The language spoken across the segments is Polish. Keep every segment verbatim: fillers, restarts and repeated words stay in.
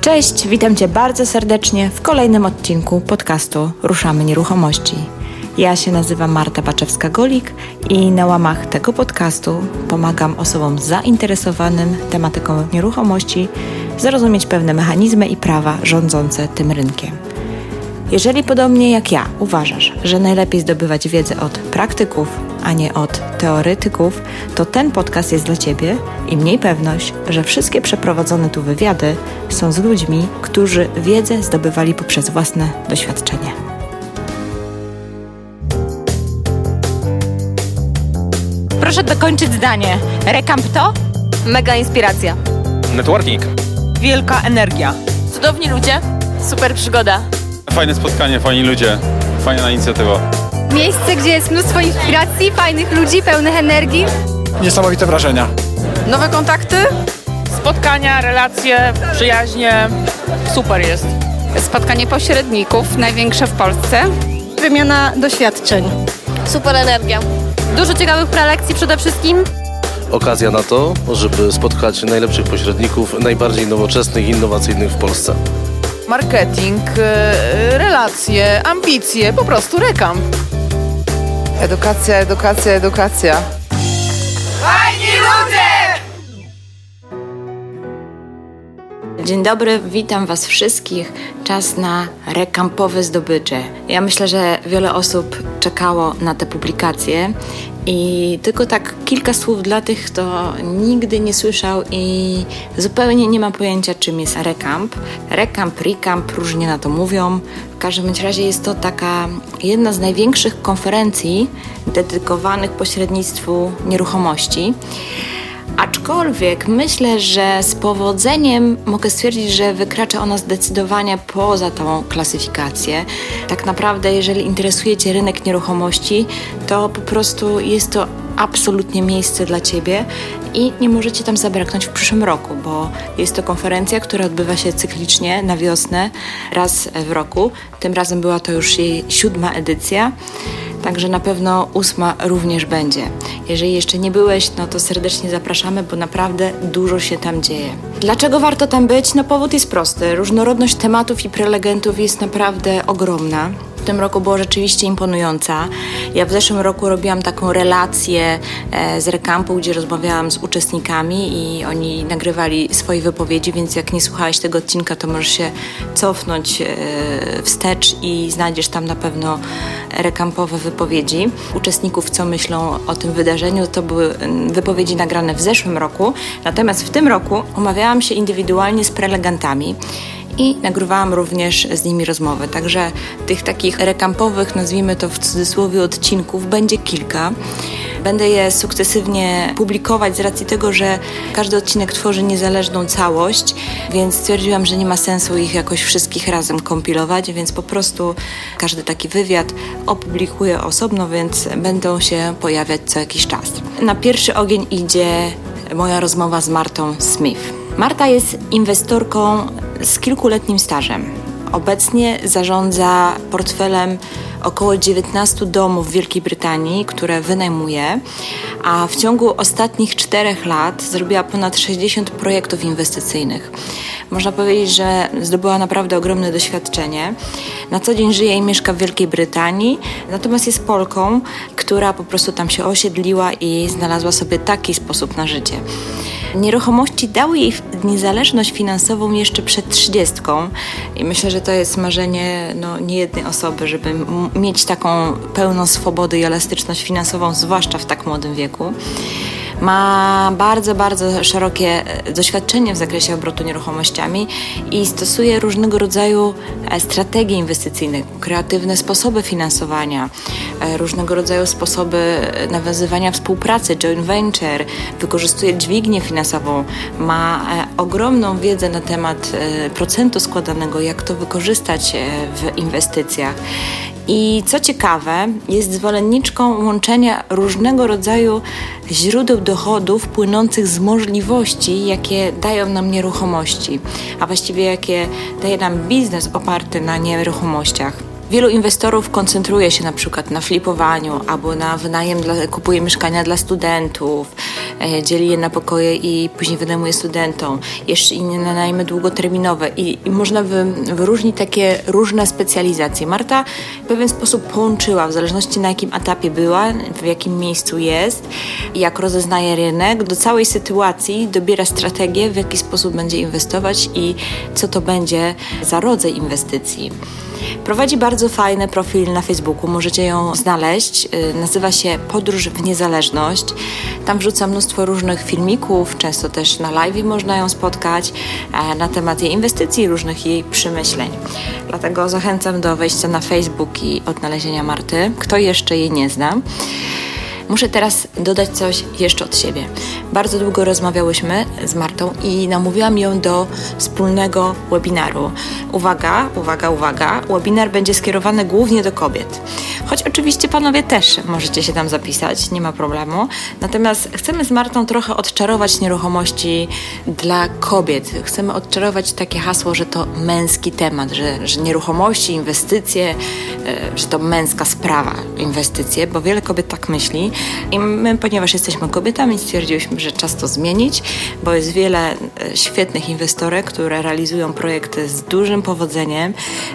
Cześć, witam Cię bardzo serdecznie w kolejnym odcinku podcastu Ruszamy Nieruchomości. Ja się nazywam Marta Baczewska-Golik i na łamach tego podcastu pomagam osobom zainteresowanym tematyką nieruchomości zrozumieć pewne mechanizmy i prawa rządzące tym rynkiem. Jeżeli podobnie jak ja uważasz, że najlepiej zdobywać wiedzę od praktyków, a nie od teoretyków, to ten podcast jest dla Ciebie i miej pewność, że wszystkie przeprowadzone tu wywiady są z ludźmi, którzy wiedzę zdobywali poprzez własne doświadczenie. Proszę dokończyć zdanie. Recamp to? Mega inspiracja. Networking. Wielka energia. Cudowni ludzie. Super przygoda. Fajne spotkanie, fajni ludzie. Fajna inicjatywa. Miejsce, gdzie jest mnóstwo inspiracji, fajnych ludzi, pełnych energii. Niesamowite wrażenia. Nowe kontakty, spotkania, relacje, przyjaźnie. Super jest. Spotkanie pośredników, największe w Polsce. Wymiana doświadczeń. Super energia. Dużo ciekawych prelekcji przede wszystkim. Okazja na to, żeby spotkać najlepszych pośredników, najbardziej nowoczesnych i innowacyjnych w Polsce. Marketing, relacje, ambicje, po prostu Recamp. Edukacja, edukacja, edukacja. Fajni ludzie! Dzień dobry, witam Was wszystkich. Czas na recampowe zdobycze. Ja myślę, że wiele osób czekało na te publikacje i tylko tak kilka słów dla tych, kto nigdy nie słyszał i zupełnie nie ma pojęcia, czym jest recamp. Recamp, recamp, różnie na to mówią. W każdym bądź razie jest to taka jedna z największych konferencji dedykowanych pośrednictwu nieruchomości. Aczkolwiek myślę, że z powodzeniem mogę stwierdzić, że wykracza ona zdecydowanie poza tą klasyfikację. Tak naprawdę, jeżeli interesuje Cię rynek nieruchomości, to po prostu jest to absolutnie miejsce dla Ciebie i nie możecie tam zabraknąć w przyszłym roku, bo jest to konferencja, która odbywa się cyklicznie na wiosnę, raz w roku. Tym razem była to już jej siódma edycja. Także na pewno ósma również będzie. Jeżeli jeszcze nie byłeś, no to serdecznie zapraszamy, bo naprawdę dużo się tam dzieje. Dlaczego warto tam być? No powód jest prosty. Różnorodność tematów i prelegentów jest naprawdę ogromna. W tym roku była rzeczywiście imponująca. Ja w zeszłym roku robiłam taką relację e, z Recampu, gdzie rozmawiałam z uczestnikami i oni nagrywali swoje wypowiedzi, więc jak nie słuchałeś tego odcinka, to możesz się cofnąć e, wstecz i znajdziesz tam na pewno recampowe wypowiedzi uczestników, co myślą o tym wydarzeniu. To były wypowiedzi nagrane w zeszłym roku, natomiast w tym roku umawiałam się indywidualnie z prelegentami i nagrywałam również z nimi rozmowy. Także tych takich recampowych, nazwijmy to w cudzysłowie, odcinków będzie kilka. Będę je sukcesywnie publikować z racji tego, że każdy odcinek tworzy niezależną całość, więc stwierdziłam, że nie ma sensu ich jakoś wszystkich razem kompilować, więc po prostu każdy taki wywiad opublikuję osobno, więc będą się pojawiać co jakiś czas. Na pierwszy ogień idzie moja rozmowa z Martą Smith. Marta jest inwestorką z kilkuletnim stażem. Obecnie zarządza portfelem około dziewiętnastu domów w Wielkiej Brytanii, które wynajmuje, a w ciągu ostatnich czterech lat zrobiła ponad sześćdziesiąt projektów inwestycyjnych. Można powiedzieć, że zdobyła naprawdę ogromne doświadczenie. Na co dzień żyje i mieszka w Wielkiej Brytanii, natomiast jest Polką, która po prostu tam się osiedliła i znalazła sobie taki sposób na życie. Nieruchomości dały jej niezależność finansową jeszcze przed trzydziestką i myślę, że to jest marzenie no, niejednej osoby, żeby m- mieć taką pełną swobodę i elastyczność finansową, zwłaszcza w tak młodym wieku. Ma bardzo, bardzo szerokie doświadczenie w zakresie obrotu nieruchomościami i stosuje różnego rodzaju strategie inwestycyjne, kreatywne sposoby finansowania, różnego rodzaju sposoby nawiązywania współpracy, joint venture, wykorzystuje dźwignię finansową, ma ogromną wiedzę na temat procentu składanego, jak to wykorzystać w inwestycjach. I co ciekawe, jest zwolenniczką łączenia różnego rodzaju źródeł dochodów płynących z możliwości, jakie dają nam nieruchomości, a właściwie jakie daje nam biznes oparty na nieruchomościach. Wielu inwestorów koncentruje się na przykład na flipowaniu albo na wynajem, dla, kupuje mieszkania dla studentów, e, dzieli je na pokoje i później wynajmuje studentom. Jeszcze inne na najmy długoterminowe i, i można wy, wyróżnić takie różne specjalizacje. Marta w pewien sposób połączyła, w zależności na jakim etapie była, w jakim miejscu jest, jak rozeznaje rynek, do całej sytuacji dobiera strategię, w jaki sposób będzie inwestować i co to będzie za rodzaj inwestycji. Prowadzi bardzo fajny profil na Facebooku, możecie ją znaleźć. Nazywa się Podróż w Niezależność. Tam wrzuca mnóstwo różnych filmików, często też na live można ją spotkać na temat jej inwestycji, różnych jej przemyśleń. Dlatego zachęcam do wejścia na Facebook i odnalezienia Marty. Kto jeszcze jej nie zna? Muszę teraz dodać coś jeszcze od siebie. Bardzo długo rozmawiałyśmy z Martą i namówiłam ją do wspólnego webinaru. Uwaga, uwaga, uwaga, webinar będzie skierowany głównie do kobiet. Choć oczywiście panowie też możecie się tam zapisać, nie ma problemu. Natomiast chcemy z Martą trochę odczarować nieruchomości dla kobiet. Chcemy odczarować takie hasło, że to męski temat, że, że nieruchomości, inwestycje, że to męska sprawa, inwestycje, bo wiele kobiet tak myśli. I my, ponieważ jesteśmy kobietami, stwierdziłyśmy, że czas to zmienić, bo jest wiele świetnych inwestorek, które realizują projekty z dużym powodzeniem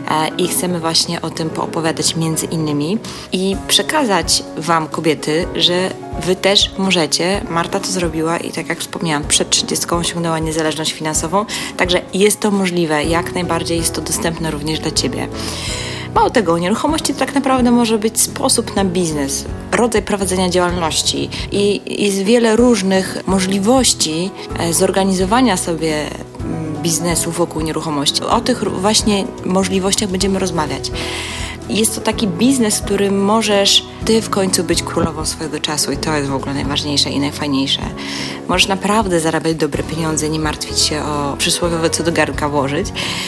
i chcemy właśnie o tym poopowiadać między innymi i przekazać wam, kobiety, że wy też możecie. Marta to zrobiła i tak jak wspomniałam, przed trzydziestką osiągnęła niezależność finansową, także jest to możliwe, jak najbardziej jest to dostępne również dla ciebie. Mało tego, nieruchomości to tak naprawdę może być sposób na biznes, rodzaj prowadzenia działalności i jest wiele różnych możliwości zorganizowania sobie biznesu wokół nieruchomości. O tych właśnie możliwościach będziemy rozmawiać. Jest to taki biznes, w którym możesz ty w końcu być królową swojego czasu i to jest w ogóle najważniejsze i najfajniejsze. Możesz naprawdę zarabiać dobre pieniądze, nie martwić się o przysłowiowe co do garnka włożyć.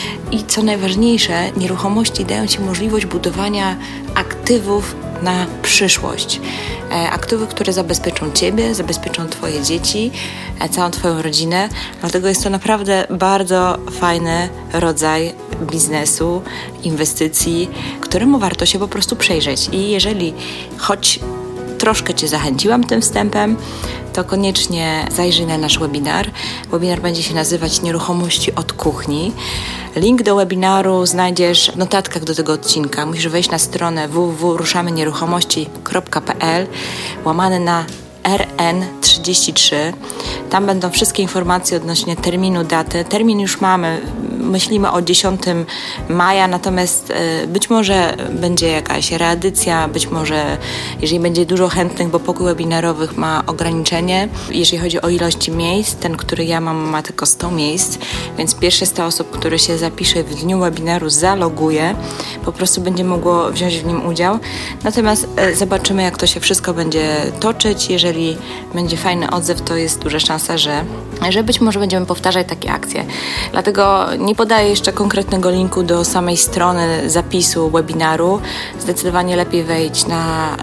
I co najważniejsze, nieruchomości dają ci możliwość budowania aktywów na przyszłość. Aktywów, które zabezpieczą ciebie, zabezpieczą twoje dzieci, całą twoją rodzinę. Dlatego jest to naprawdę bardzo fajny rodzaj biznesu, inwestycji, któremu warto się po prostu przejrzeć. I jeżeli choć troszkę cię zachęciłam tym wstępem, to koniecznie zajrzyj na nasz webinar. Webinar będzie się nazywać Nieruchomości od kuchni. Link do webinaru znajdziesz w notatkach do tego odcinka. Musisz wejść na stronę w w w kropka ruszamy nieruchomości kropka p l łamane na R N trzydzieści trzy. Tam będą wszystkie informacje odnośnie terminu, daty. Termin już mamy, myślimy o dziesiątego maja, natomiast y, być może będzie jakaś reedycja, być może jeżeli będzie dużo chętnych, bo pokój webinarowych ma ograniczenie. Jeżeli chodzi o ilość miejsc, ten, który ja mam, ma tylko sto miejsc, więc pierwsze sto osób, które się zapisze w dniu webinaru, zaloguje, po prostu będzie mogło wziąć w nim udział. Natomiast y, zobaczymy, jak to się wszystko będzie toczyć. Jeżeli będzie fajny odzew, to jest duża szansa, że, że być może będziemy powtarzać takie akcje. Dlatego nie podaję jeszcze konkretnego linku do samej strony zapisu webinaru. Zdecydowanie lepiej wejść na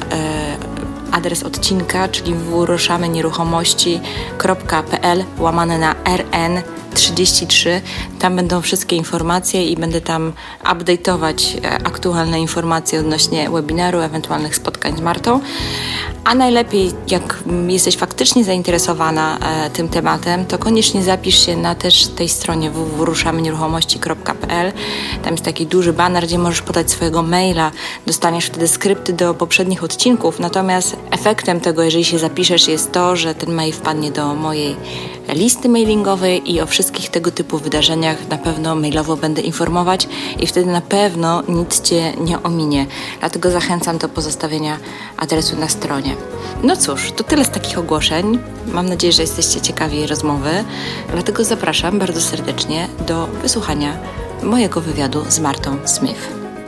e, adres odcinka, czyli w w w kropka ruszamy nieruchomości kropka p l łamane na R N trzydzieści trzy. Tam będą wszystkie informacje i będę tam update'ować aktualne informacje odnośnie webinaru, ewentualnych spotkań z Martą. A najlepiej, jak jesteś faktycznie zainteresowana e, tym tematem, to koniecznie zapisz się na też tej stronie w w w kropka ruszamy nieruchomości kropka p l. Tam jest taki duży baner, gdzie możesz podać swojego maila. Dostaniesz wtedy skrypty do poprzednich odcinków. Natomiast efektem tego, jeżeli się zapiszesz, jest to, że ten mail wpadnie do mojej listy mailingowej i o wszystkich tego typu wydarzeniach na pewno mailowo będę informować i wtedy na pewno nic cię nie ominie. Dlatego zachęcam do pozostawienia adresu na stronie. No cóż, to tyle z takich ogłoszeń. Mam nadzieję, że jesteście ciekawi rozmowy. Dlatego zapraszam bardzo serdecznie do wysłuchania mojego wywiadu z Martą Smith.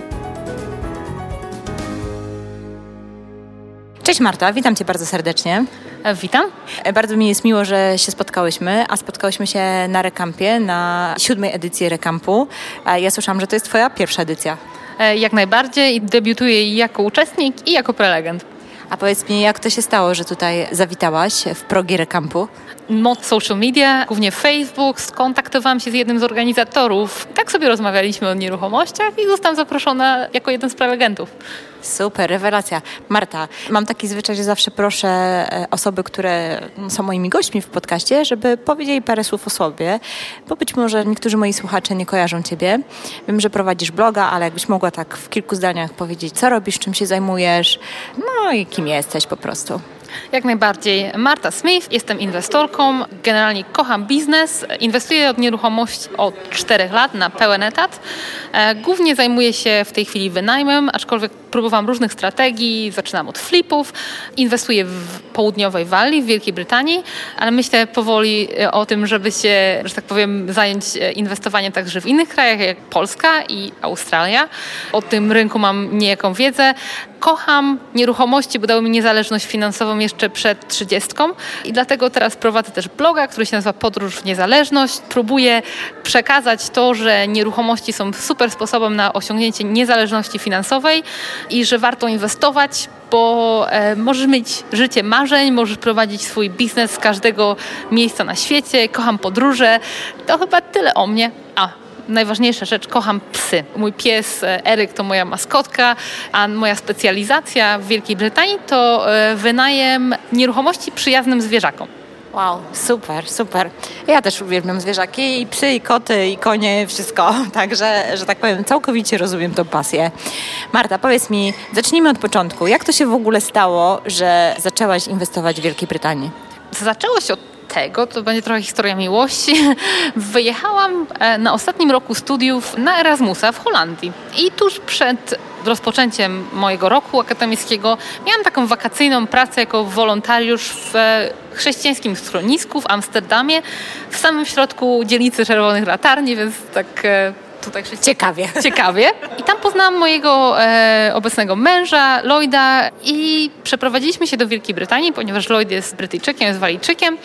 Cześć Marta, witam cię bardzo serdecznie. Witam. Bardzo mi jest miło, że się spotkałyśmy, a spotkałyśmy się na Recampie, na siódmej edycji Recampu. Ja słyszałam, że to jest twoja pierwsza edycja. Jak najbardziej. Debiutuję jako uczestnik i jako prelegent. A powiedz mi, jak to się stało, że tutaj zawitałaś w progi Recampu? Moc social media, głównie Facebook, skontaktowałam się z jednym z organizatorów. Tak sobie rozmawialiśmy o nieruchomościach i zostałam zaproszona jako jeden z prelegentów. Super, rewelacja. Marta, mam taki zwyczaj, że zawsze proszę osoby, które są moimi gośćmi w podcaście, żeby powiedzieli parę słów o sobie, bo być może niektórzy moi słuchacze nie kojarzą Ciebie. Wiem, że prowadzisz bloga, ale jakbyś mogła tak w kilku zdaniach powiedzieć, co robisz, czym się zajmujesz, no i kim jesteś po prostu. Jak najbardziej. Marta Smith, jestem inwestorką, generalnie kocham biznes, inwestuję od nieruchomości od czterech lat na pełen etat. Głównie zajmuję się w tej chwili wynajmem, aczkolwiek próbowałam różnych strategii, zaczynam od flipów, inwestuję w południowej Walii, w Wielkiej Brytanii, ale myślę powoli o tym, żeby się, że tak powiem, zająć inwestowaniem także w innych krajach, jak Polska i Australia. O tym rynku mam niejaką wiedzę. Kocham nieruchomości, bo dały mi niezależność finansową jeszcze przed trzydziestką i dlatego teraz prowadzę też bloga, który się nazywa Podróż w Niezależność. Próbuję przekazać to, że nieruchomości są super sposobem na osiągnięcie niezależności finansowej i że warto inwestować, bo e, możesz mieć życie marzeń, możesz prowadzić swój biznes z każdego miejsca na świecie. Kocham podróże. To chyba tyle o mnie. A, najważniejsza rzecz, kocham psy. Mój pies Eryk to moja maskotka, a moja specjalizacja w Wielkiej Brytanii to wynajem nieruchomości przyjaznym zwierzakom. Wow, super, super. Ja też uwielbiam zwierzaki, i psy, i koty, i konie, wszystko. Także, że tak powiem, całkowicie rozumiem tą pasję. Marta, powiedz mi, zacznijmy od początku. Jak to się w ogóle stało, że zaczęłaś inwestować w Wielkiej Brytanii? Zaczęło się od tego, to będzie trochę historia miłości. Wyjechałam na ostatnim roku studiów na Erasmusa w Holandii i tuż przed rozpoczęciem mojego roku akademickiego miałam taką wakacyjną pracę jako wolontariusz w chrześcijańskim schronisku w Amsterdamie, w samym środku dzielnicy Czerwonych Latarni, więc tak tutaj ciekawie. Ciekawie. I tam poznałam mojego e, obecnego męża, Lloyda, i przeprowadziliśmy się do Wielkiej Brytanii, ponieważ Lloyd jest Brytyjczykiem, jest Walijczykiem.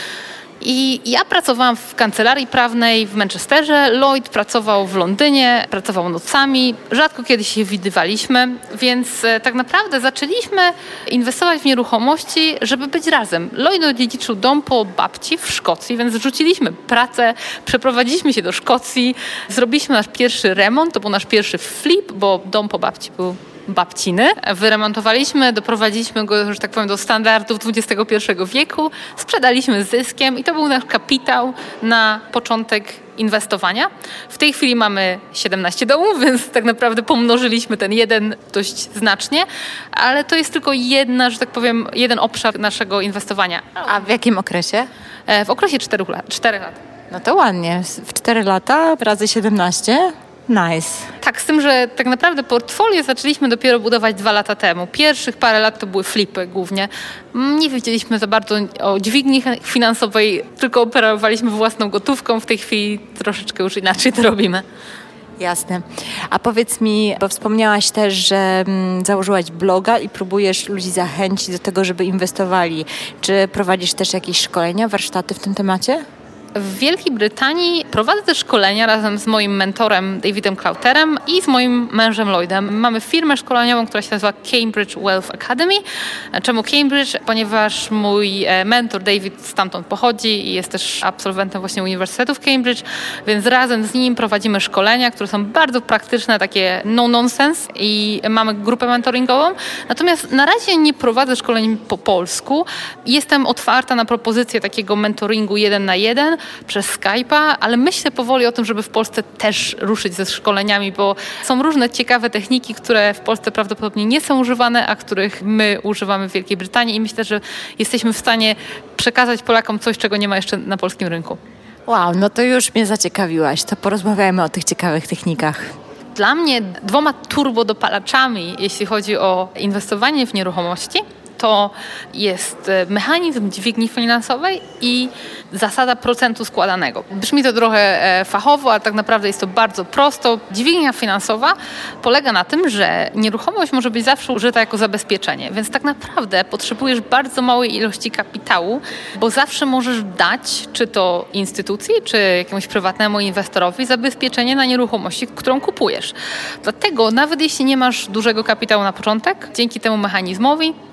I ja pracowałam w kancelarii prawnej w Manchesterze, Lloyd pracował w Londynie, pracował nocami, rzadko kiedy się widywaliśmy, więc e, tak naprawdę zaczęliśmy inwestować w nieruchomości, żeby być razem. Lloyd odziedziczył dom po babci w Szkocji, więc zrzuciliśmy pracę, przeprowadziliśmy się do Szkocji, zrobiliśmy nasz pierwszy remont, to był nasz pierwszy flip, bo dom po babci był babciny. Wyremontowaliśmy, doprowadziliśmy go, że tak powiem, do standardów dwudziestego pierwszego wieku, sprzedaliśmy z zyskiem i to był nasz kapitał na początek inwestowania. W tej chwili mamy siedemnaście domów, więc tak naprawdę pomnożyliśmy ten jeden dość znacznie, ale to jest tylko jedna, że tak powiem, jeden obszar naszego inwestowania. A w jakim okresie? W okresie czterech lat. czterech lat. No to ładnie. W cztery lata razy siedemnaście. Nice. Tak, z tym, że tak naprawdę portfolio zaczęliśmy dopiero budować dwa lata temu. Pierwszych parę lat to były flipy głównie. Nie wiedzieliśmy za bardzo o dźwigni finansowej, tylko operowaliśmy własną gotówką. W tej chwili troszeczkę już inaczej to robimy. Jasne. A powiedz mi, bo wspomniałaś też, że mm, założyłaś bloga i próbujesz ludzi zachęcić do tego, żeby inwestowali. Czy prowadzisz też jakieś szkolenia, warsztaty w tym temacie? W Wielkiej Brytanii prowadzę też szkolenia razem z moim mentorem Davidem Klauterem i z moim mężem Lloydem. Mamy firmę szkoleniową, która się nazywa Cambridge Wealth Academy. Czemu Cambridge? Ponieważ mój mentor David stamtąd pochodzi i jest też absolwentem właśnie Uniwersytetu w Cambridge, więc razem z nim prowadzimy szkolenia, które są bardzo praktyczne, takie no-nonsense, i mamy grupę mentoringową. Natomiast na razie nie prowadzę szkoleń po polsku. Jestem otwarta na propozycję takiego mentoringu jeden na jeden przez Skype'a, ale myślę powoli o tym, żeby w Polsce też ruszyć ze szkoleniami, bo są różne ciekawe techniki, które w Polsce prawdopodobnie nie są używane, a których my używamy w Wielkiej Brytanii, i myślę, że jesteśmy w stanie przekazać Polakom coś, czego nie ma jeszcze na polskim rynku. Wow, no to już mnie zaciekawiłaś. To porozmawiajmy o tych ciekawych technikach. Dla mnie dwoma turbodopalaczami, jeśli chodzi o inwestowanie w nieruchomości, to jest mechanizm dźwigni finansowej i zasada procentu składanego. Brzmi to trochę fachowo, ale tak naprawdę jest to bardzo prosto. Dźwignia finansowa polega na tym, że nieruchomość może być zawsze użyta jako zabezpieczenie, więc tak naprawdę potrzebujesz bardzo małej ilości kapitału, bo zawsze możesz dać, czy to instytucji, czy jakiemuś prywatnemu inwestorowi, zabezpieczenie na nieruchomości, którą kupujesz. Dlatego nawet jeśli nie masz dużego kapitału na początek, dzięki temu mechanizmowi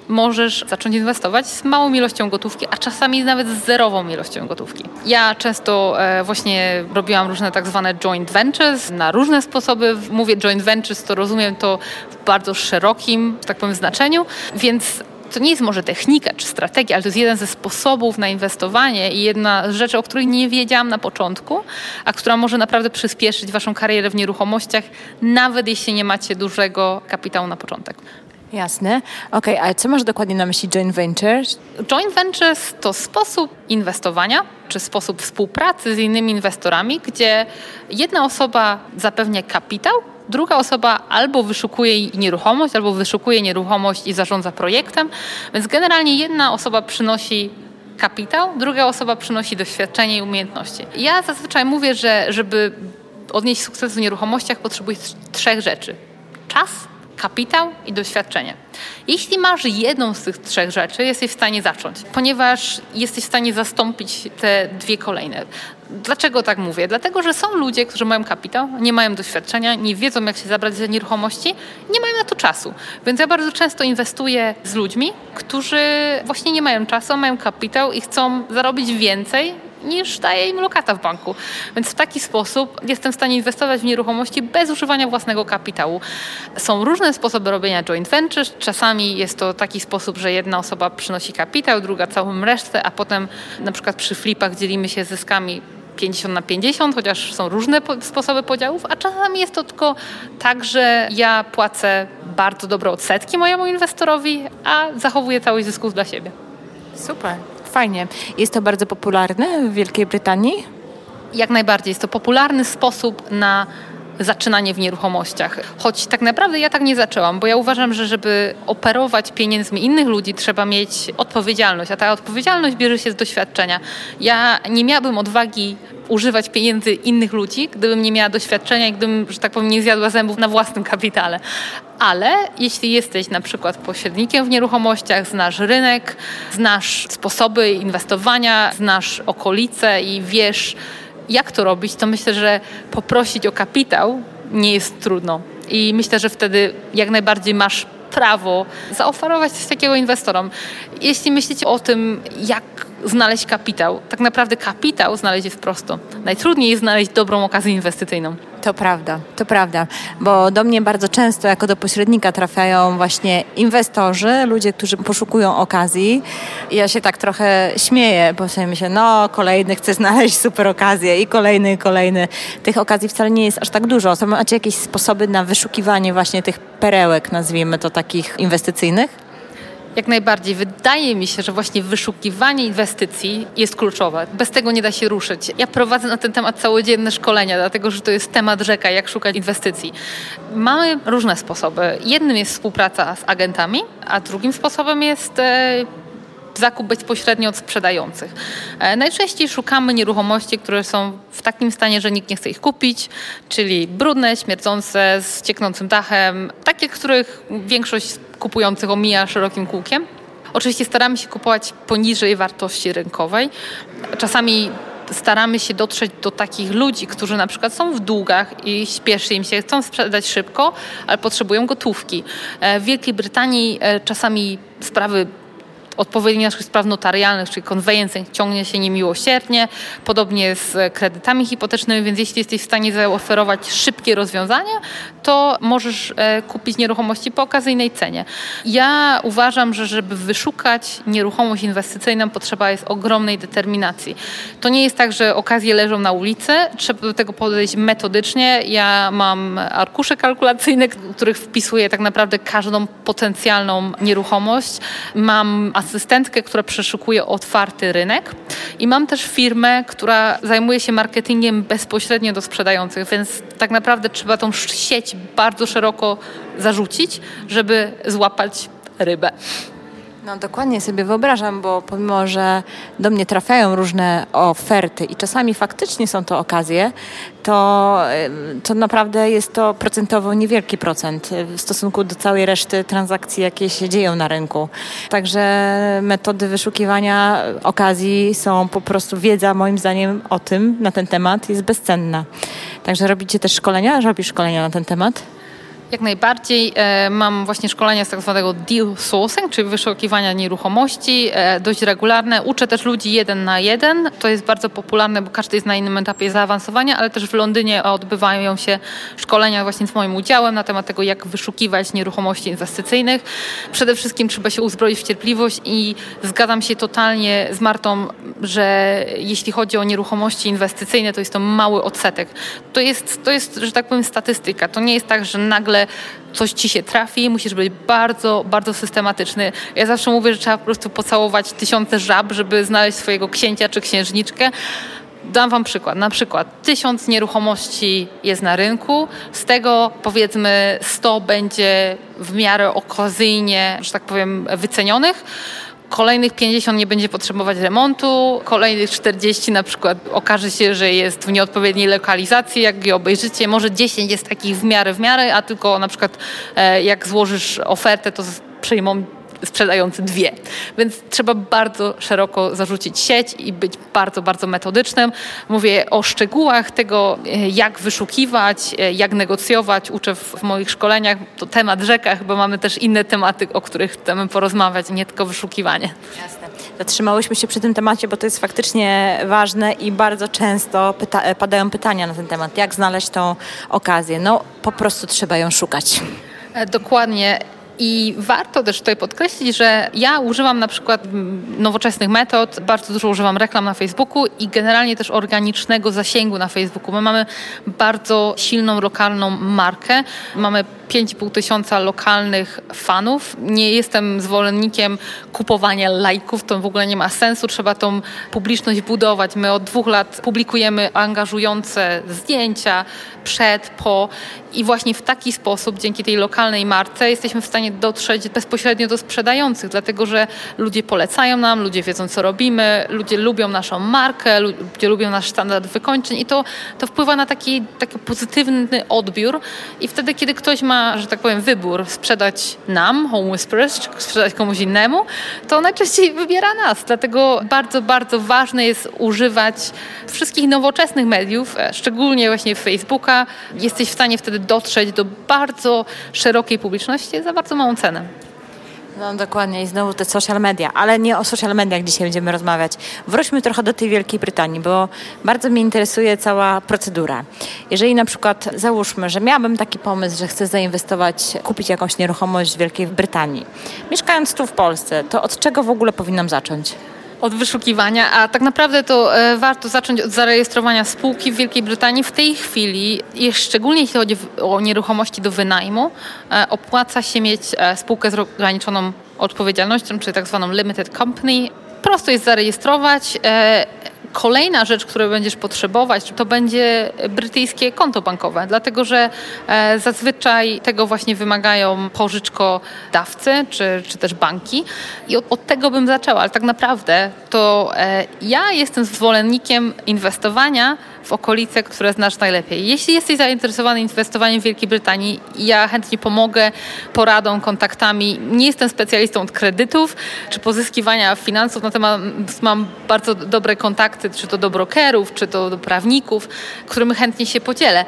możesz zacząć inwestować z małą ilością gotówki, a czasami nawet z zerową ilością gotówki. Ja często e, właśnie robiłam różne tak zwane joint ventures na różne sposoby. Mówię joint ventures, to rozumiem to w bardzo szerokim, tak powiem, znaczeniu, więc to nie jest może technika czy strategia, ale to jest jeden ze sposobów na inwestowanie i jedna z rzeczy, o której nie wiedziałam na początku, a która może naprawdę przyspieszyć waszą karierę w nieruchomościach, nawet jeśli nie macie dużego kapitału na początek. Jasne. Okej, okay, a co masz dokładnie na myśli joint ventures? Joint ventures to sposób inwestowania, czy sposób współpracy z innymi inwestorami, gdzie jedna osoba zapewnia kapitał, druga osoba albo wyszukuje nieruchomość, albo wyszukuje nieruchomość i zarządza projektem, więc generalnie jedna osoba przynosi kapitał, druga osoba przynosi doświadczenie i umiejętności. Ja zazwyczaj mówię, że żeby odnieść sukces w nieruchomościach, potrzebujesz trzech rzeczy. Czas, kapitał i doświadczenie. Jeśli masz jedną z tych trzech rzeczy, jesteś w stanie zacząć, ponieważ jesteś w stanie zastąpić te dwie kolejne. Dlaczego tak mówię? Dlatego, że są ludzie, którzy mają kapitał, nie mają doświadczenia, nie wiedzą, jak się zabrać za nieruchomości, nie mają na to czasu. Więc ja bardzo często inwestuję z ludźmi, którzy właśnie nie mają czasu, mają kapitał i chcą zarobić więcej, niż daje im lokata w banku. Więc w taki sposób jestem w stanie inwestować w nieruchomości bez używania własnego kapitału. Są różne sposoby robienia joint ventures. Czasami jest to taki sposób, że jedna osoba przynosi kapitał, druga całą resztę, a potem na przykład przy flipach dzielimy się zyskami pięćdziesiąt na pięćdziesiąt, chociaż są różne po- sposoby podziałów, a czasami jest to tylko tak, że ja płacę bardzo dobre odsetki mojemu inwestorowi, a zachowuję całość zysków dla siebie. Super, fajnie. Jest to bardzo popularne w Wielkiej Brytanii? Jak najbardziej. Jest to popularny sposób na zaczynanie w nieruchomościach. Choć tak naprawdę ja tak nie zaczęłam, bo ja uważam, że żeby operować pieniędzmi innych ludzi, trzeba mieć odpowiedzialność, a ta odpowiedzialność bierze się z doświadczenia. Ja nie miałabym odwagi używać pieniędzy innych ludzi, gdybym nie miała doświadczenia i gdybym, że tak powiem, nie zjadła zębów na własnym kapitale. Ale jeśli jesteś na przykład pośrednikiem w nieruchomościach, znasz rynek, znasz sposoby inwestowania, znasz okolice i wiesz, jak to robić, to myślę, że poprosić o kapitał nie jest trudno. I myślę, że wtedy jak najbardziej masz prawo zaoferować coś takiego inwestorom. Jeśli myślicie o tym, jak znaleźć kapitał, tak naprawdę kapitał znaleźć jest prosto. Najtrudniej jest znaleźć dobrą okazję inwestycyjną. To prawda, to prawda, bo do mnie bardzo często jako do pośrednika trafiają właśnie inwestorzy, ludzie, którzy poszukują okazji. I ja się tak trochę śmieję, bo sobie myślę, no kolejny chce znaleźć super okazję i kolejny, i kolejny. Tych okazji wcale nie jest aż tak dużo. To macie jakieś sposoby na wyszukiwanie właśnie tych perełek, nazwijmy to takich inwestycyjnych? Jak najbardziej. Wydaje mi się, że właśnie wyszukiwanie inwestycji jest kluczowe. Bez tego nie da się ruszyć. Ja prowadzę na ten temat całodzienne szkolenia, dlatego że to jest temat rzeka, jak szukać inwestycji. Mamy różne sposoby. Jednym jest współpraca z agentami, a drugim sposobem jest e, zakup bezpośrednio od sprzedających. E, najczęściej szukamy nieruchomości, które są w takim stanie, że nikt nie chce ich kupić, czyli brudne, śmierdzące, z cieknącym dachem, takie, których większość kupujących omija szerokim kółkiem. Oczywiście staramy się kupować poniżej wartości rynkowej. Czasami staramy się dotrzeć do takich ludzi, którzy na przykład są w długach i śpieszy im się, chcą sprzedać szybko, ale potrzebują gotówki. W Wielkiej Brytanii czasami sprawy odpowiednich naszych spraw notarialnych, czyli conveyancing, ciągnie się niemiłosiernie, podobnie z kredytami hipotecznymi, więc jeśli jesteś w stanie zaoferować szybkie rozwiązania, to możesz e, kupić nieruchomości po okazyjnej cenie. Ja uważam, że żeby wyszukać nieruchomość inwestycyjną, potrzeba jest ogromnej determinacji. To nie jest tak, że okazje leżą na ulicy, trzeba do tego podejść metodycznie. Ja mam arkusze kalkulacyjne, w których wpisuję tak naprawdę każdą potencjalną nieruchomość. Mam asystentkę, która przeszukuje otwarty rynek i mam też firmę, która zajmuje się marketingiem bezpośrednio do sprzedających, więc tak naprawdę trzeba tą sieć bardzo szeroko zarzucić, żeby złapać rybę. No dokładnie sobie wyobrażam, bo pomimo, że do mnie trafiają różne oferty i czasami faktycznie są to okazje, to, to naprawdę jest to procentowo niewielki procent w stosunku do całej reszty transakcji, jakie się dzieją na rynku. Także metody wyszukiwania okazji są po prostu, wiedza moim zdaniem o tym, na ten temat jest bezcenna. Także robicie też szkolenia? Robisz szkolenia na ten temat? Jak najbardziej. E, mam właśnie szkolenia z tak zwanego deal sourcing, czyli wyszukiwania nieruchomości, e, dość regularne. Uczę też ludzi jeden na jeden. To jest bardzo popularne, bo każdy jest na innym etapie zaawansowania, ale też w Londynie odbywają się szkolenia właśnie z moim udziałem na temat tego, jak wyszukiwać nieruchomości inwestycyjnych. Przede wszystkim trzeba się uzbroić w cierpliwość i zgadzam się totalnie z Martą, że jeśli chodzi o nieruchomości inwestycyjne, to jest to mały odsetek. To jest, to jest, że tak powiem, statystyka. To nie jest tak, że nagle coś ci się trafi, musisz być bardzo, bardzo systematyczny. Ja zawsze mówię, że trzeba po prostu pocałować tysiące żab, żeby znaleźć swojego księcia czy księżniczkę. Dam wam przykład. Na przykład tysiąc nieruchomości jest na rynku, z tego powiedzmy sto będzie w miarę okazyjnie, że tak powiem, wycenionych. Kolejnych pięćdziesiąt nie będzie potrzebować remontu, kolejnych czterdzieści na przykład okaże się, że jest w nieodpowiedniej lokalizacji, jak je obejrzycie. Może dziesięć jest takich w miarę, w miarę, a tylko na przykład e, jak złożysz ofertę, to przyjmą sprzedający dwie. Więc trzeba bardzo szeroko zarzucić sieć i być bardzo, bardzo metodycznym. Mówię o szczegółach tego, jak wyszukiwać, jak negocjować. Uczę w, w moich szkoleniach. To temat rzeka, chyba mamy też inne tematy, o których chcemy porozmawiać, nie tylko wyszukiwanie. Jasne. Zatrzymałyśmy się przy tym temacie, bo to jest faktycznie ważne i bardzo często pyta- padają pytania na ten temat. Jak znaleźć tą okazję? No po prostu trzeba ją szukać. Dokładnie. I warto też tutaj podkreślić, że ja używam na przykład nowoczesnych metod, bardzo dużo używam reklam na Facebooku i generalnie też organicznego zasięgu na Facebooku. My mamy bardzo silną, lokalną markę. Mamy pięć i pół tysiąca lokalnych fanów. Nie jestem zwolennikiem kupowania lajków, to w ogóle nie ma sensu. Trzeba tą publiczność budować. My od dwóch lat publikujemy angażujące zdjęcia przed, po i właśnie w taki sposób, dzięki tej lokalnej marce, jesteśmy w stanie dotrzeć bezpośrednio do sprzedających, dlatego że ludzie polecają nam, ludzie wiedzą, co robimy, ludzie lubią naszą markę, ludzie lubią nasz standard wykończeń i to, to wpływa na taki, taki pozytywny odbiór i wtedy, kiedy ktoś ma, że tak powiem, wybór sprzedać nam, Home Whisperers, czy sprzedać komuś innemu, to najczęściej wybiera nas, dlatego bardzo, bardzo ważne jest używać wszystkich nowoczesnych mediów, szczególnie właśnie Facebooka. Jesteś w stanie wtedy dotrzeć do bardzo szerokiej publiczności za bardzo małą cenę. No dokładnie i znowu te social media, ale nie o social mediach dzisiaj będziemy rozmawiać. Wróćmy trochę do tej Wielkiej Brytanii, bo bardzo mnie interesuje cała procedura. Jeżeli na przykład załóżmy, że miałabym taki pomysł, że chcę zainwestować, kupić jakąś nieruchomość w Wielkiej Brytanii. Mieszkając tu w Polsce, to od czego w ogóle powinnam zacząć? Od wyszukiwania, a tak naprawdę to e, warto zacząć od zarejestrowania spółki w Wielkiej Brytanii. W tej chwili, i szczególnie jeśli chodzi o nieruchomości do wynajmu, e, opłaca się mieć e, spółkę z ograniczoną odpowiedzialnością, czyli tak zwaną limited company. Prosto jest zarejestrować. E, Kolejna rzecz, którą będziesz potrzebować, to będzie brytyjskie konto bankowe, dlatego że e, zazwyczaj tego właśnie wymagają pożyczkodawcy czy, czy też banki i od, od tego bym zaczęła, ale tak naprawdę to e, ja jestem zwolennikiem inwestowania w okolice, które znasz najlepiej. Jeśli jesteś zainteresowany inwestowaniem w Wielkiej Brytanii, ja chętnie pomogę poradą, kontaktami. Nie jestem specjalistą od kredytów czy pozyskiwania finansów, natomiast mam bardzo dobre kontakty, czy to do brokerów, czy to do prawników, którymi chętnie się podzielę.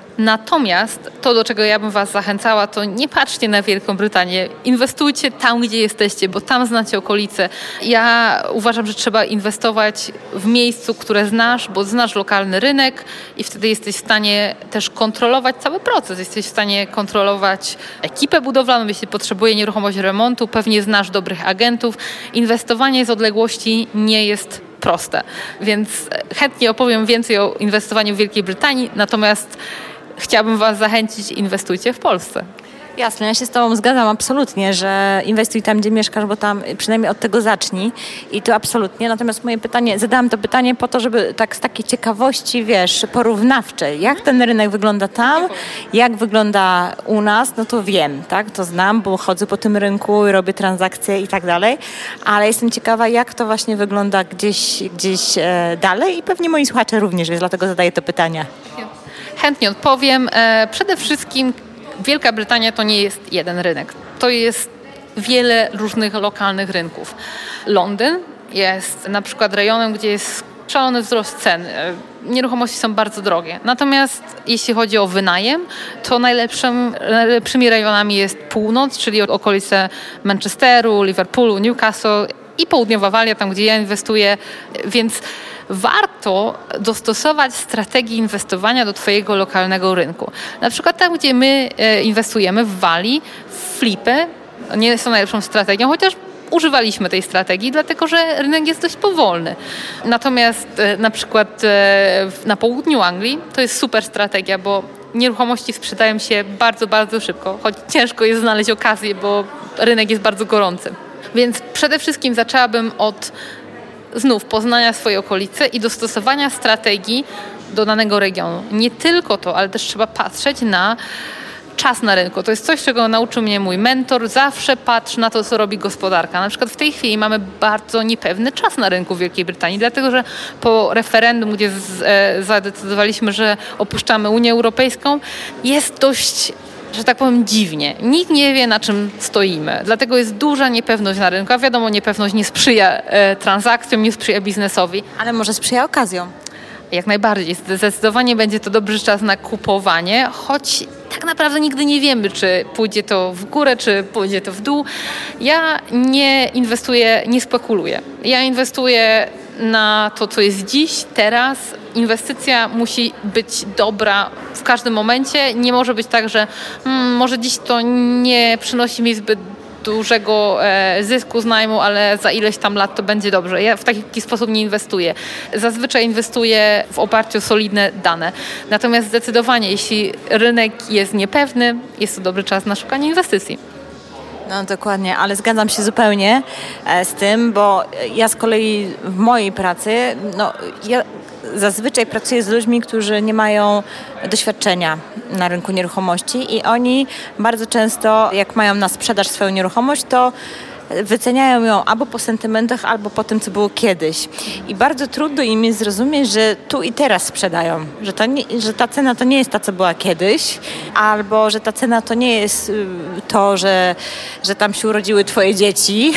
Natomiast to, do czego ja bym was zachęcała, to nie patrzcie na Wielką Brytanię. Inwestujcie tam, gdzie jesteście, bo tam znacie okolice. Ja uważam, że trzeba inwestować w miejscu, które znasz, bo znasz lokalny rynek i wtedy jesteś w stanie też kontrolować cały proces. Jesteś w stanie kontrolować ekipę budowlaną, jeśli potrzebuje nieruchomość remontu, pewnie znasz dobrych agentów. Inwestowanie z odległości nie jest proste, więc chętnie opowiem więcej o inwestowaniu w Wielkiej Brytanii, natomiast chciałabym was zachęcić, inwestujcie w Polsce. Jasne, ja się z tobą zgadzam absolutnie, że inwestuj tam, gdzie mieszkasz, bo tam przynajmniej od tego zacznij i to absolutnie. Natomiast moje pytanie, zadałam to pytanie po to, żeby tak z takiej ciekawości, wiesz, porównawczej, jak ten rynek wygląda tam, jak wygląda u nas, no to wiem, tak, to znam, bo chodzę po tym rynku i robię transakcje i tak dalej, ale jestem ciekawa, jak to właśnie wygląda gdzieś, gdzieś e, dalej i pewnie moi słuchacze również, więc dlatego zadaję to pytanie. Chętnie odpowiem. E, przede wszystkim Wielka Brytania to nie jest jeden rynek. To jest wiele różnych lokalnych rynków. Londyn jest na przykład rejonem, gdzie jest szalony wzrost cen. Nieruchomości są bardzo drogie. Natomiast jeśli chodzi o wynajem, to najlepszym, najlepszymi rejonami jest północ, czyli okolice Manchesteru, Liverpoolu, Newcastle i południowa Walia, tam gdzie ja inwestuję, więc warto dostosować strategię inwestowania do twojego lokalnego rynku. Na przykład tam, gdzie my inwestujemy w Walii, flipy nie jest to najlepszą strategią, chociaż używaliśmy tej strategii, dlatego że rynek jest dość powolny. Natomiast na przykład na południu Anglii to jest super strategia, bo nieruchomości sprzedają się bardzo, bardzo szybko, choć ciężko jest znaleźć okazję, bo rynek jest bardzo gorący. Więc przede wszystkim zaczęłabym od znów poznania swojej okolicy i dostosowania strategii do danego regionu. Nie tylko to, ale też trzeba patrzeć na czas na rynku. To jest coś, czego nauczył mnie mój mentor. Zawsze patrz na to, co robi gospodarka. Na przykład w tej chwili mamy bardzo niepewny czas na rynku w Wielkiej Brytanii, dlatego że po referendum, gdzie z, e, zadecydowaliśmy, że opuszczamy Unię Europejską, jest dość, że tak powiem, dziwnie. Nikt nie wie, na czym stoimy. Dlatego jest duża niepewność na rynku. A wiadomo, niepewność nie sprzyja e, transakcjom, nie sprzyja biznesowi. Ale może sprzyja okazjom. Jak najbardziej. Zdecydowanie będzie to dobry czas na kupowanie, choć tak naprawdę nigdy nie wiemy, czy pójdzie to w górę, czy pójdzie to w dół. Ja nie inwestuję, nie spekuluję. Ja inwestuję na to, co jest dziś, teraz. Inwestycja musi być dobra w każdym momencie. Nie może być tak, że hmm, może dziś to nie przynosi mi zbyt dużego e, zysku z najmu, ale za ileś tam lat to będzie dobrze. Ja w taki sposób nie inwestuję. Zazwyczaj inwestuję w oparciu o solidne dane. Natomiast zdecydowanie, jeśli rynek jest niepewny, jest to dobry czas na szukanie inwestycji. No dokładnie, ale zgadzam się zupełnie z tym, bo ja z kolei w mojej pracy, no ja zazwyczaj pracuję z ludźmi, którzy nie mają doświadczenia na rynku nieruchomości i oni bardzo często, jak mają na sprzedaż swoją nieruchomość, to wyceniają ją albo po sentymentach, albo po tym, co było kiedyś. I bardzo trudno im jest zrozumieć, że tu i teraz sprzedają. Że, to nie, że ta cena to nie jest ta, co była kiedyś, albo że ta cena to nie jest to, że, że tam się urodziły twoje dzieci.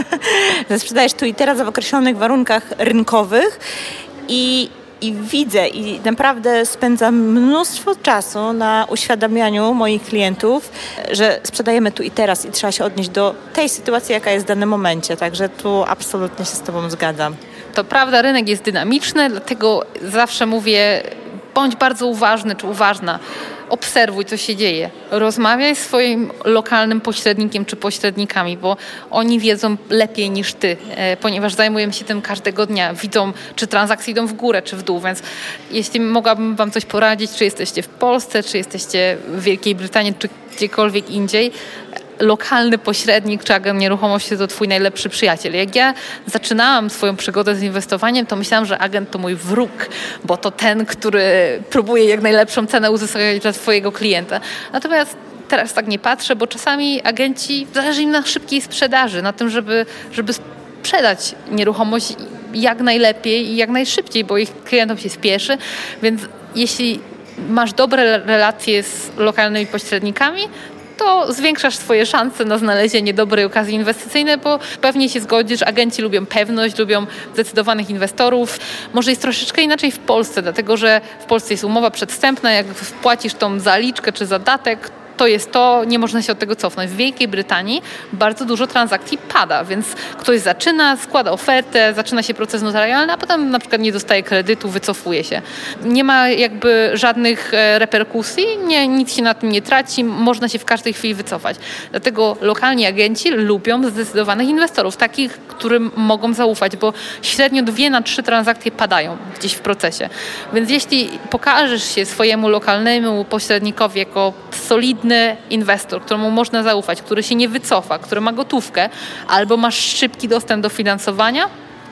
Że sprzedajesz tu i teraz w określonych warunkach rynkowych i I widzę i naprawdę spędzam mnóstwo czasu na uświadamianiu moich klientów, że sprzedajemy tu i teraz i trzeba się odnieść do tej sytuacji, jaka jest w danym momencie. Także tu absolutnie się z tobą zgadzam. To prawda, rynek jest dynamiczny, dlatego zawsze mówię, bądź bardzo uważny czy uważna. Obserwuj, co się dzieje. Rozmawiaj z swoim lokalnym pośrednikiem czy pośrednikami, bo oni wiedzą lepiej niż ty, ponieważ zajmujemy się tym każdego dnia. Widzą, czy transakcje idą w górę, czy w dół, więc jeśli mogłabym wam coś poradzić, czy jesteście w Polsce, czy jesteście w Wielkiej Brytanii, czy gdziekolwiek indziej, lokalny pośrednik czy agent nieruchomości to twój najlepszy przyjaciel. Jak ja zaczynałam swoją przygodę z inwestowaniem, to myślałam, że agent to mój wróg, bo to ten, który próbuje jak najlepszą cenę uzyskać dla twojego klienta. Natomiast teraz tak nie patrzę, bo czasami agenci, zależy im na szybkiej sprzedaży, na tym, żeby, żeby sprzedać nieruchomość jak najlepiej i jak najszybciej, bo ich klientom się spieszy, więc jeśli masz dobre relacje z lokalnymi pośrednikami, to zwiększasz swoje szanse na znalezienie dobrej okazji inwestycyjnej, bo pewnie się zgodzisz, agenci lubią pewność, lubią zdecydowanych inwestorów. Może jest troszeczkę inaczej w Polsce, dlatego że w Polsce jest umowa przedwstępna, jak wpłacisz tą zaliczkę czy zadatek, to jest to, nie można się od tego cofnąć. W Wielkiej Brytanii bardzo dużo transakcji pada, więc ktoś zaczyna, składa ofertę, zaczyna się proces notarialny, a potem na przykład nie dostaje kredytu, wycofuje się. Nie ma jakby żadnych reperkusji, nie, nic się na tym nie traci, można się w każdej chwili wycofać. Dlatego lokalni agenci lubią zdecydowanych inwestorów, takich, którym mogą zaufać, bo średnio dwie na trzy transakcje padają gdzieś w procesie. Więc jeśli pokażesz się swojemu lokalnemu pośrednikowi jako solidny inwestor, któremu można zaufać, który się nie wycofa, który ma gotówkę, albo masz szybki dostęp do finansowania,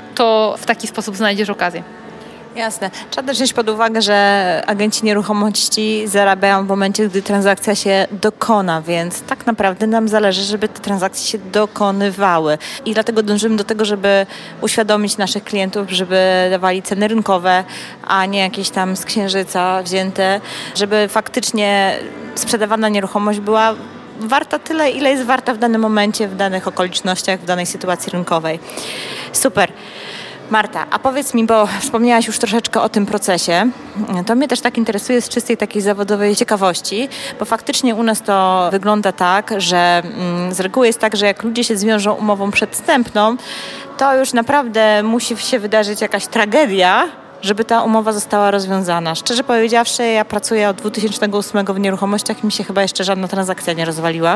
to w taki sposób znajdziesz okazję. Jasne. Trzeba też wziąć pod uwagę, że agenci nieruchomości zarabiają w momencie, gdy transakcja się dokona, więc tak naprawdę nam zależy, żeby te transakcje się dokonywały. I dlatego dążymy do tego, żeby uświadomić naszych klientów, żeby dawali ceny rynkowe, a nie jakieś tam z księżyca wzięte, żeby faktycznie sprzedawana nieruchomość była warta tyle, ile jest warta w danym momencie, w danych okolicznościach, w danej sytuacji rynkowej. Super. Marta, a powiedz mi, bo wspomniałaś już troszeczkę o tym procesie, to mnie też tak interesuje z czystej takiej zawodowej ciekawości, bo faktycznie u nas to wygląda tak, że mm, z reguły jest tak, że jak ludzie się zwiążą umową przedwstępną, to już naprawdę musi się wydarzyć jakaś tragedia, żeby ta umowa została rozwiązana. Szczerze powiedziawszy, ja pracuję od dwa tysiące ósmego w nieruchomościach i mi się chyba jeszcze żadna transakcja nie rozwaliła.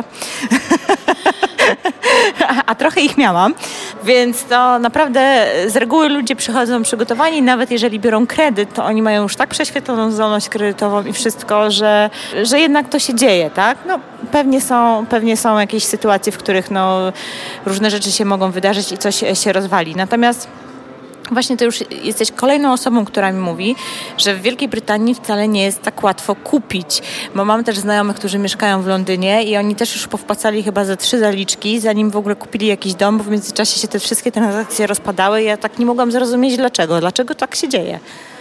A trochę ich miałam, więc to naprawdę z reguły ludzie przychodzą przygotowani, nawet jeżeli biorą kredyt, to oni mają już tak prześwietloną zdolność kredytową i wszystko, że, że jednak to się dzieje, tak? No, pewnie są, pewnie są jakieś sytuacje, w których no, różne rzeczy się mogą wydarzyć i coś się rozwali. Natomiast właśnie to już jesteś kolejną osobą, która mi mówi, że w Wielkiej Brytanii wcale nie jest tak łatwo kupić, bo mam też znajomych, którzy mieszkają w Londynie i oni też już powpłacali chyba ze trzy zaliczki, zanim w ogóle kupili jakiś dom, bo w międzyczasie się te wszystkie transakcje rozpadały i ja tak nie mogłam zrozumieć dlaczego, dlaczego tak się dzieje.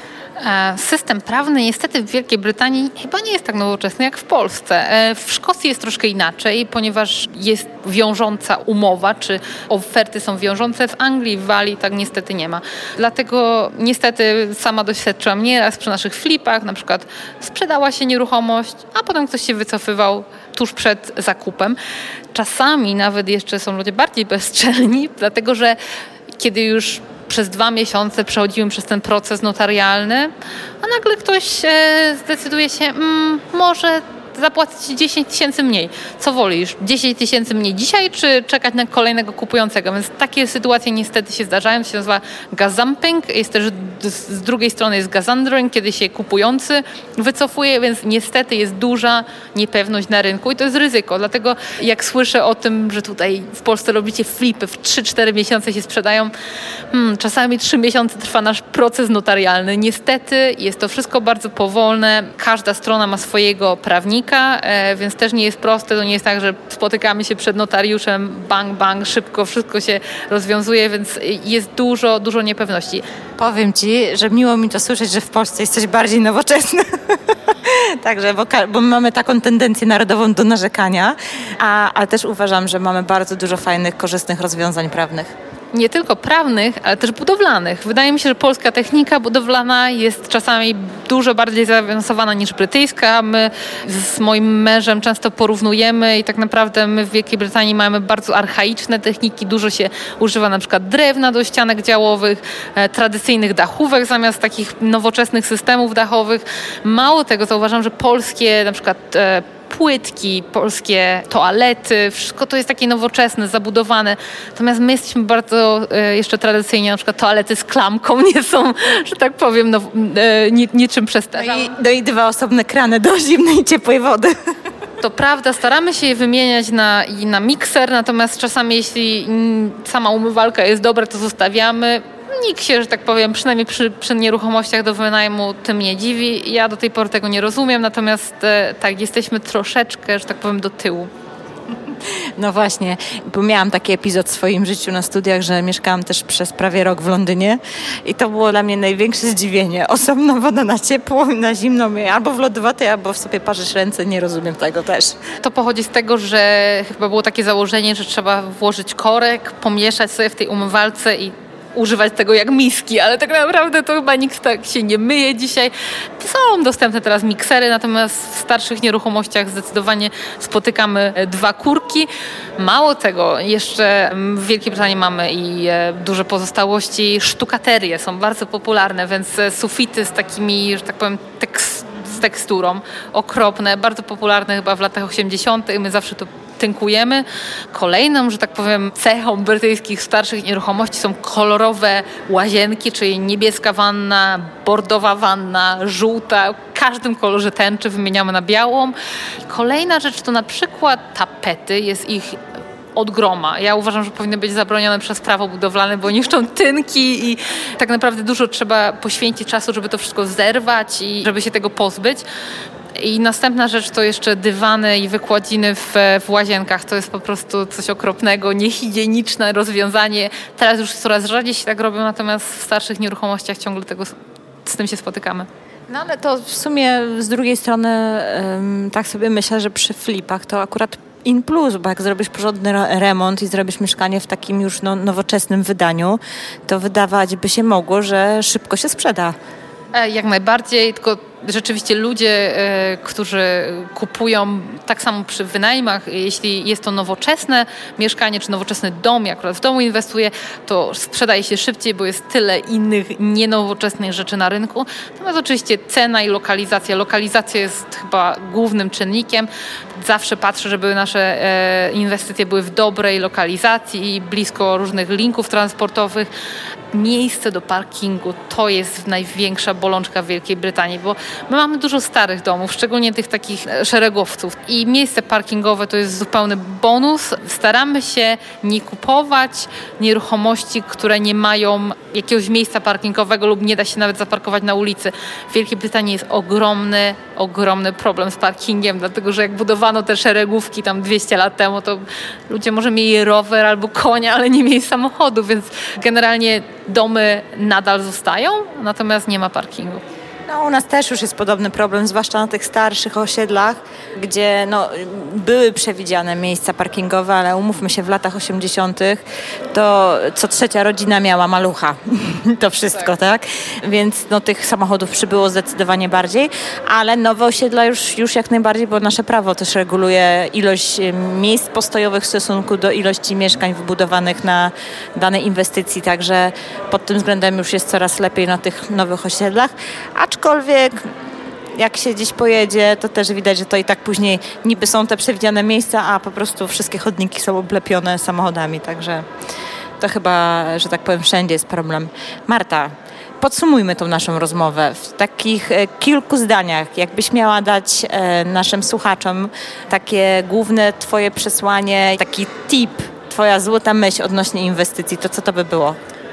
System prawny niestety w Wielkiej Brytanii chyba nie jest tak nowoczesny jak w Polsce. W Szkocji jest troszkę inaczej, ponieważ jest wiążąca umowa, czy oferty są wiążące. W Anglii, w Walii tak niestety nie ma. Dlatego niestety sama doświadczyłam nieraz przy naszych flipach, na przykład sprzedała się nieruchomość, a potem ktoś się wycofywał tuż przed zakupem. Czasami nawet jeszcze są ludzie bardziej bezczelni, dlatego że kiedy już przez dwa miesiące przechodziłem przez ten proces notarialny, a nagle ktoś e, zdecyduje się, mm, może zapłacić dziesięć tysięcy mniej. Co wolisz? dziesięć tysięcy mniej dzisiaj, czy czekać na kolejnego kupującego? Więc takie sytuacje niestety się zdarzają. To się nazywa gazumping. Jest też z drugiej strony jest gazundering, kiedy się kupujący wycofuje, więc niestety jest duża niepewność na rynku i to jest ryzyko. Dlatego jak słyszę o tym, że tutaj w Polsce robicie flipy, w trzy cztery miesiące się sprzedają, hmm, czasami trzy miesiące trwa nasz proces notarialny. Niestety jest to wszystko bardzo powolne. Każda strona ma swojego prawnika, więc też nie jest proste, to nie jest tak, że spotykamy się przed notariuszem, bang, bang, szybko wszystko się rozwiązuje, więc jest dużo, dużo niepewności. Powiem Ci, że miło mi to słyszeć, że w Polsce jesteś bardziej nowoczesny. Także, bo, bo mamy taką tendencję narodową do narzekania, a, ale też uważam, że mamy bardzo dużo fajnych, korzystnych rozwiązań prawnych. Nie tylko prawnych, ale też budowlanych. Wydaje mi się, że polska technika budowlana jest czasami dużo bardziej zaawansowana niż brytyjska. My z moim mężem często porównujemy i tak naprawdę my w Wielkiej Brytanii mamy bardzo archaiczne techniki. Dużo się używa na przykład drewna do ścianek działowych, e, tradycyjnych dachówek zamiast takich nowoczesnych systemów dachowych. Mało tego, zauważam, że polskie na przykład e, płytki, polskie toalety, wszystko to jest takie nowoczesne, zabudowane. Natomiast my jesteśmy bardzo e, jeszcze tradycyjnie, na przykład toalety z klamką nie są, że tak powiem, no, e, ni, niczym przestarzałe. No i, no i dwa osobne krany do zimnej i ciepłej wody. To prawda, staramy się je wymieniać na, i na mikser, natomiast czasami jeśli mm, sama umywalka jest dobra, to zostawiamy. Nikt się, że tak powiem, przynajmniej przy, przy nieruchomościach do wynajmu tym nie dziwi. Ja do tej pory tego nie rozumiem, natomiast e, tak, jesteśmy troszeczkę, że tak powiem, do tyłu. No właśnie, bo miałam taki epizod w swoim życiu na studiach, że mieszkałam też przez prawie rok w Londynie i to było dla mnie największe zdziwienie. Osobna woda na ciepło i na zimno, albo w lodowatej, albo w sobie parzysz ręce, nie rozumiem tego też. To pochodzi z tego, że chyba było takie założenie, że trzeba włożyć korek, pomieszać sobie w tej umywalce i używać tego jak miski, ale tak naprawdę to chyba nikt tak się nie myje dzisiaj. Są dostępne teraz miksery, natomiast w starszych nieruchomościach zdecydowanie spotykamy dwa kurki. Mało tego, jeszcze w Wielkiej Brytanii mamy i duże pozostałości. Sztukaterie są bardzo popularne, więc sufity z takimi, że tak powiem, tekst, z teksturą okropne, bardzo popularne chyba w latach osiemdziesiątych. My zawsze to tynkujemy. Kolejną, że tak powiem, cechą brytyjskich starszych nieruchomości są kolorowe łazienki, czyli niebieska wanna, bordowa wanna, żółta, w każdym kolorze tęczy wymieniamy na białą. Kolejna rzecz to na przykład tapety, jest ich od groma. Ja uważam, że powinny być zabronione przez prawo budowlane, bo niszczą tynki i tak naprawdę dużo trzeba poświęcić czasu, żeby to wszystko zerwać i żeby się tego pozbyć. I następna rzecz to jeszcze dywany i wykładziny w, w łazienkach. To jest po prostu coś okropnego, niehigieniczne rozwiązanie. Teraz już coraz rzadziej się tak robią, natomiast w starszych nieruchomościach ciągle tego, z tym się spotykamy. No ale to w sumie z drugiej strony um, tak sobie myślę, że przy flipach to akurat in plus, bo jak zrobisz porządny remont i zrobisz mieszkanie w takim już no, nowoczesnym wydaniu, to wydawać by się mogło, że szybko się sprzeda. Jak najbardziej, tylko rzeczywiście ludzie, e, którzy kupują tak samo przy wynajmach, jeśli jest to nowoczesne mieszkanie czy nowoczesny dom, jak akurat w domu inwestuje, to sprzedaje się szybciej, bo jest tyle innych nienowoczesnych rzeczy na rynku. Natomiast oczywiście cena i lokalizacja. Lokalizacja jest chyba głównym czynnikiem. Zawsze patrzę, żeby nasze e, inwestycje były w dobrej lokalizacji i blisko różnych linków transportowych. Miejsce do parkingu to jest największa bolączka w Wielkiej Brytanii, bo my mamy dużo starych domów, szczególnie tych takich szeregowców i miejsce parkingowe to jest zupełny bonus. Staramy się nie kupować nieruchomości, które nie mają jakiegoś miejsca parkingowego lub nie da się nawet zaparkować na ulicy. W Wielkiej Brytanii jest ogromny, ogromny problem z parkingiem, dlatego że jak budowano te szeregówki tam dwieście lat temu, to ludzie może mieli rower albo konia, ale nie mieli samochodu, więc generalnie domy nadal zostają, natomiast nie ma parkingu. No, u nas też już jest podobny problem, zwłaszcza na tych starszych osiedlach, gdzie no, były przewidziane miejsca parkingowe, ale umówmy się, w latach osiemdziesiątych to co trzecia rodzina miała malucha. To wszystko, tak? tak? Więc no, tych samochodów przybyło zdecydowanie bardziej, ale nowe osiedla już, już jak najbardziej, bo nasze prawo też reguluje ilość miejsc postojowych w stosunku do ilości mieszkań wybudowanych na danej inwestycji, także pod tym względem już jest coraz lepiej na tych nowych osiedlach. Aczkolwiek jak się gdzieś pojedzie, to też widać, że to i tak później niby są te przewidziane miejsca, a po prostu wszystkie chodniki są oblepione samochodami, także to chyba, że tak powiem, wszędzie jest problem. Marta, podsumujmy tą naszą rozmowę w takich e, kilku zdaniach. Jakbyś miała dać e, naszym słuchaczom takie główne twoje przesłanie, taki tip, twoja złota myśl odnośnie inwestycji, to co to by było?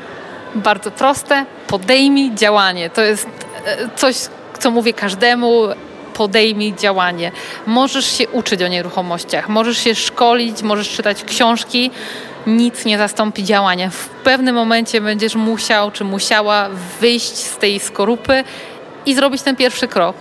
Bardzo proste. Podejmij działanie. To jest coś, co mówię każdemu. Podejmij działanie. Możesz się uczyć o nieruchomościach, możesz się szkolić, możesz czytać książki. Nic nie zastąpi działania. W pewnym momencie będziesz musiał czy musiała wyjść z tej skorupy i zrobić ten pierwszy krok.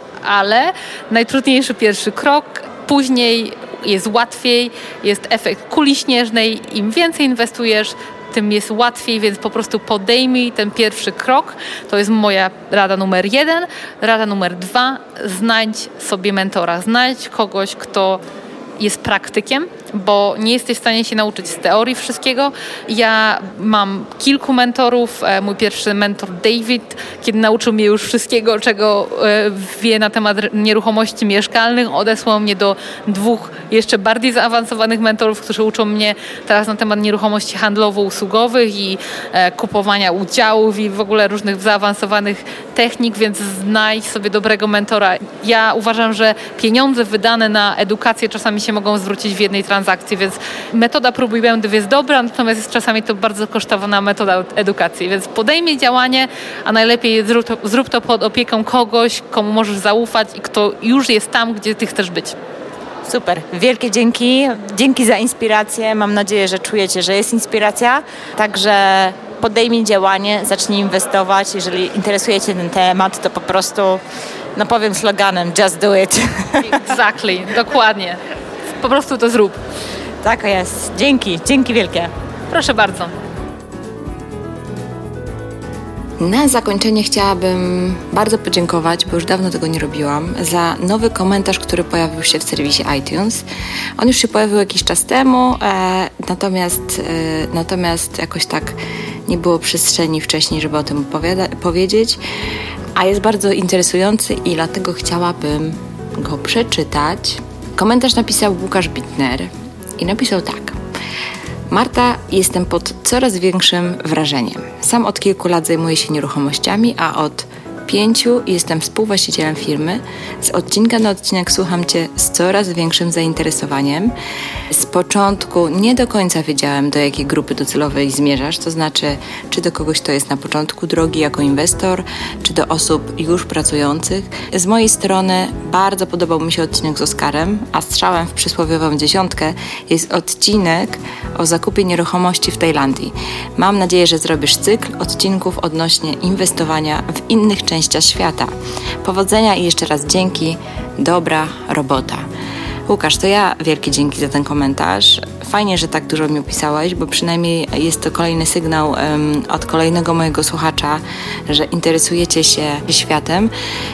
Ale najtrudniejszy pierwszy krok, później jest łatwiej, jest efekt kuli śnieżnej. Im więcej inwestujesz, tym jest łatwiej, więc po prostu podejmij ten pierwszy krok. To jest moja rada numer jeden. Rada numer dwa, znajdź sobie mentora. Znajdź kogoś, kto jest praktykiem, bo nie jesteś w stanie się nauczyć z teorii wszystkiego. Ja mam kilku mentorów. Mój pierwszy mentor David, kiedy nauczył mnie już wszystkiego, czego wie na temat nieruchomości mieszkalnych, odesłał mnie do dwóch jeszcze bardziej zaawansowanych mentorów, którzy uczą mnie teraz na temat nieruchomości handlowo-usługowych i kupowania udziałów i w ogóle różnych zaawansowanych technik, więc znajdź sobie dobrego mentora. Ja uważam, że pieniądze wydane na edukację czasami się mogą zwrócić w jednej transakcji, więc metoda prób i błędów jest dobra, natomiast jest czasami to bardzo kosztowna metoda edukacji, więc podejmij działanie, a najlepiej zrób to, zrób to pod opieką kogoś, komu możesz zaufać i kto już jest tam, gdzie ty chcesz być. Super, wielkie dzięki. Dzięki za inspirację. Mam nadzieję, że czujecie, że jest inspiracja. Także podejmij działanie, zacznij inwestować. Jeżeli interesuje cię ten temat, to po prostu, no powiem sloganem, just do it. Exactly, dokładnie. Po prostu to zrób. Tak jest. Dzięki, dzięki wielkie. Proszę bardzo. Na zakończenie chciałabym bardzo podziękować, bo już dawno tego nie robiłam, za nowy komentarz, który pojawił się w serwisie iTunes. On już się pojawił jakiś czas temu, e, natomiast, e, natomiast jakoś tak nie było przestrzeni wcześniej, żeby o tym opowiada- powiedzieć, a jest bardzo interesujący i dlatego chciałabym go przeczytać. Komentarz napisał Łukasz Bittner i napisał tak. Marta, jestem pod coraz większym wrażeniem. Sam od kilku lat zajmuję się nieruchomościami, a od pięciu jestem współwłaścicielem firmy. Z odcinka na odcinek słucham Cię z coraz większym zainteresowaniem. Z początku nie do końca wiedziałem, do jakiej grupy docelowej zmierzasz, to znaczy, czy do kogoś, kto jest na początku drogi jako inwestor, czy do osób już pracujących. Z mojej strony bardzo podobał mi się odcinek z Oskarem, a strzałem w przysłowiową dziesiątkę jest odcinek o zakupie nieruchomości w Tajlandii. Mam nadzieję, że zrobisz cykl odcinków odnośnie inwestowania w innych częściach świata. Powodzenia i jeszcze raz dzięki. Dobra robota. Łukasz, to ja wielkie dzięki za ten komentarz. Fajnie, że tak dużo mi opisałeś, bo przynajmniej jest to kolejny sygnał um, od kolejnego mojego słuchacza, że interesujecie się światem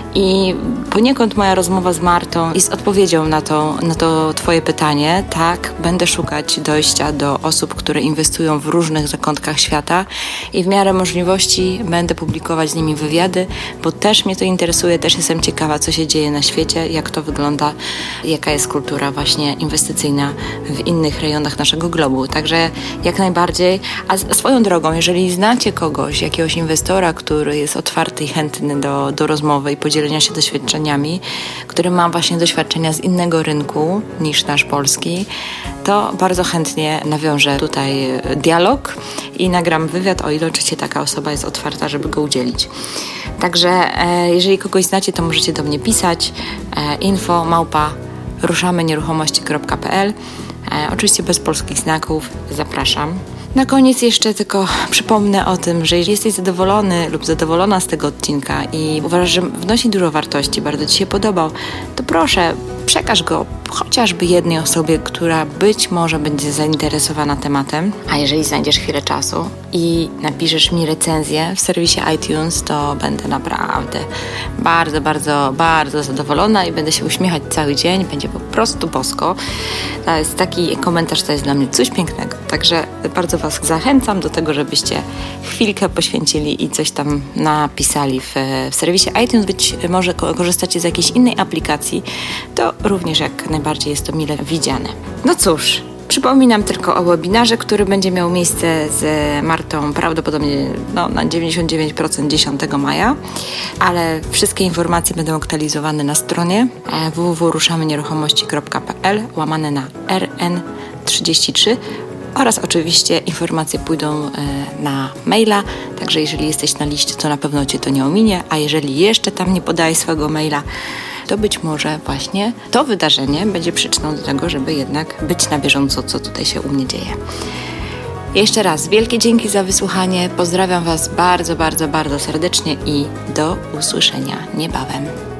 i poniekąd moja rozmowa z Martą jest odpowiedzią na to, na to twoje pytanie. Tak, będę szukać dojścia do osób, które inwestują w różnych zakątkach świata i w miarę możliwości będę publikować z nimi wywiady, bo też mnie to interesuje, też jestem ciekawa, co się dzieje na świecie, jak to wygląda, jaka jest kultura właśnie inwestycyjna w innych rejonach naszego globu. Także jak najbardziej. A swoją drogą, jeżeli znacie kogoś, jakiegoś inwestora, który jest otwarty i chętny do, do rozmowy i podzielenia się doświadczeniami, który ma właśnie doświadczenia z innego rynku niż nasz polski, to bardzo chętnie nawiążę tutaj dialog i nagram wywiad, o ile oczywiście taka osoba jest otwarta, żeby go udzielić. Także e, jeżeli kogoś znacie, to możecie do mnie pisać e, info małpa ruszamy nieruchomości kropka pe el. E, oczywiście bez polskich znaków. Zapraszam. Na koniec jeszcze tylko przypomnę o tym, że jeżeli jesteś zadowolony lub zadowolona z tego odcinka i uważasz, że wnosi dużo wartości, bardzo Ci się podobał, to proszę, przekaż go chociażby jednej osobie, która być może będzie zainteresowana tematem. A jeżeli znajdziesz chwilę czasu i napiszesz mi recenzję w serwisie iTunes, to będę naprawdę bardzo, bardzo, bardzo zadowolona i będę się uśmiechać cały dzień. Będzie po prostu bosko. To jest taki komentarz, to jest dla mnie coś pięknego. Także bardzo Was zachęcam do tego, żebyście chwilkę poświęcili i coś tam napisali w, w serwisie iTunes. Być może korzystacie z jakiejś innej aplikacji, to również jak najbardziej jest to mile widziane. No cóż, przypominam tylko o webinarze, który będzie miał miejsce z Martą prawdopodobnie no, na dziewięćdziesiąt dziewięć procent dziesiątego maja, ale wszystkie informacje będą aktualizowane na stronie w w w kropka ruszamy nieruchomości kropka pe el łamane na er en trzydzieści trzy oraz oczywiście informacje pójdą na maila, także jeżeli jesteś na liście, to na pewno Cię to nie ominie, a jeżeli jeszcze tam nie podajesz swojego maila, to być może właśnie to wydarzenie będzie przyczyną do tego, żeby jednak być na bieżąco, co tutaj się u mnie dzieje. Jeszcze raz wielkie dzięki za wysłuchanie. Pozdrawiam Was bardzo, bardzo, bardzo serdecznie i do usłyszenia niebawem.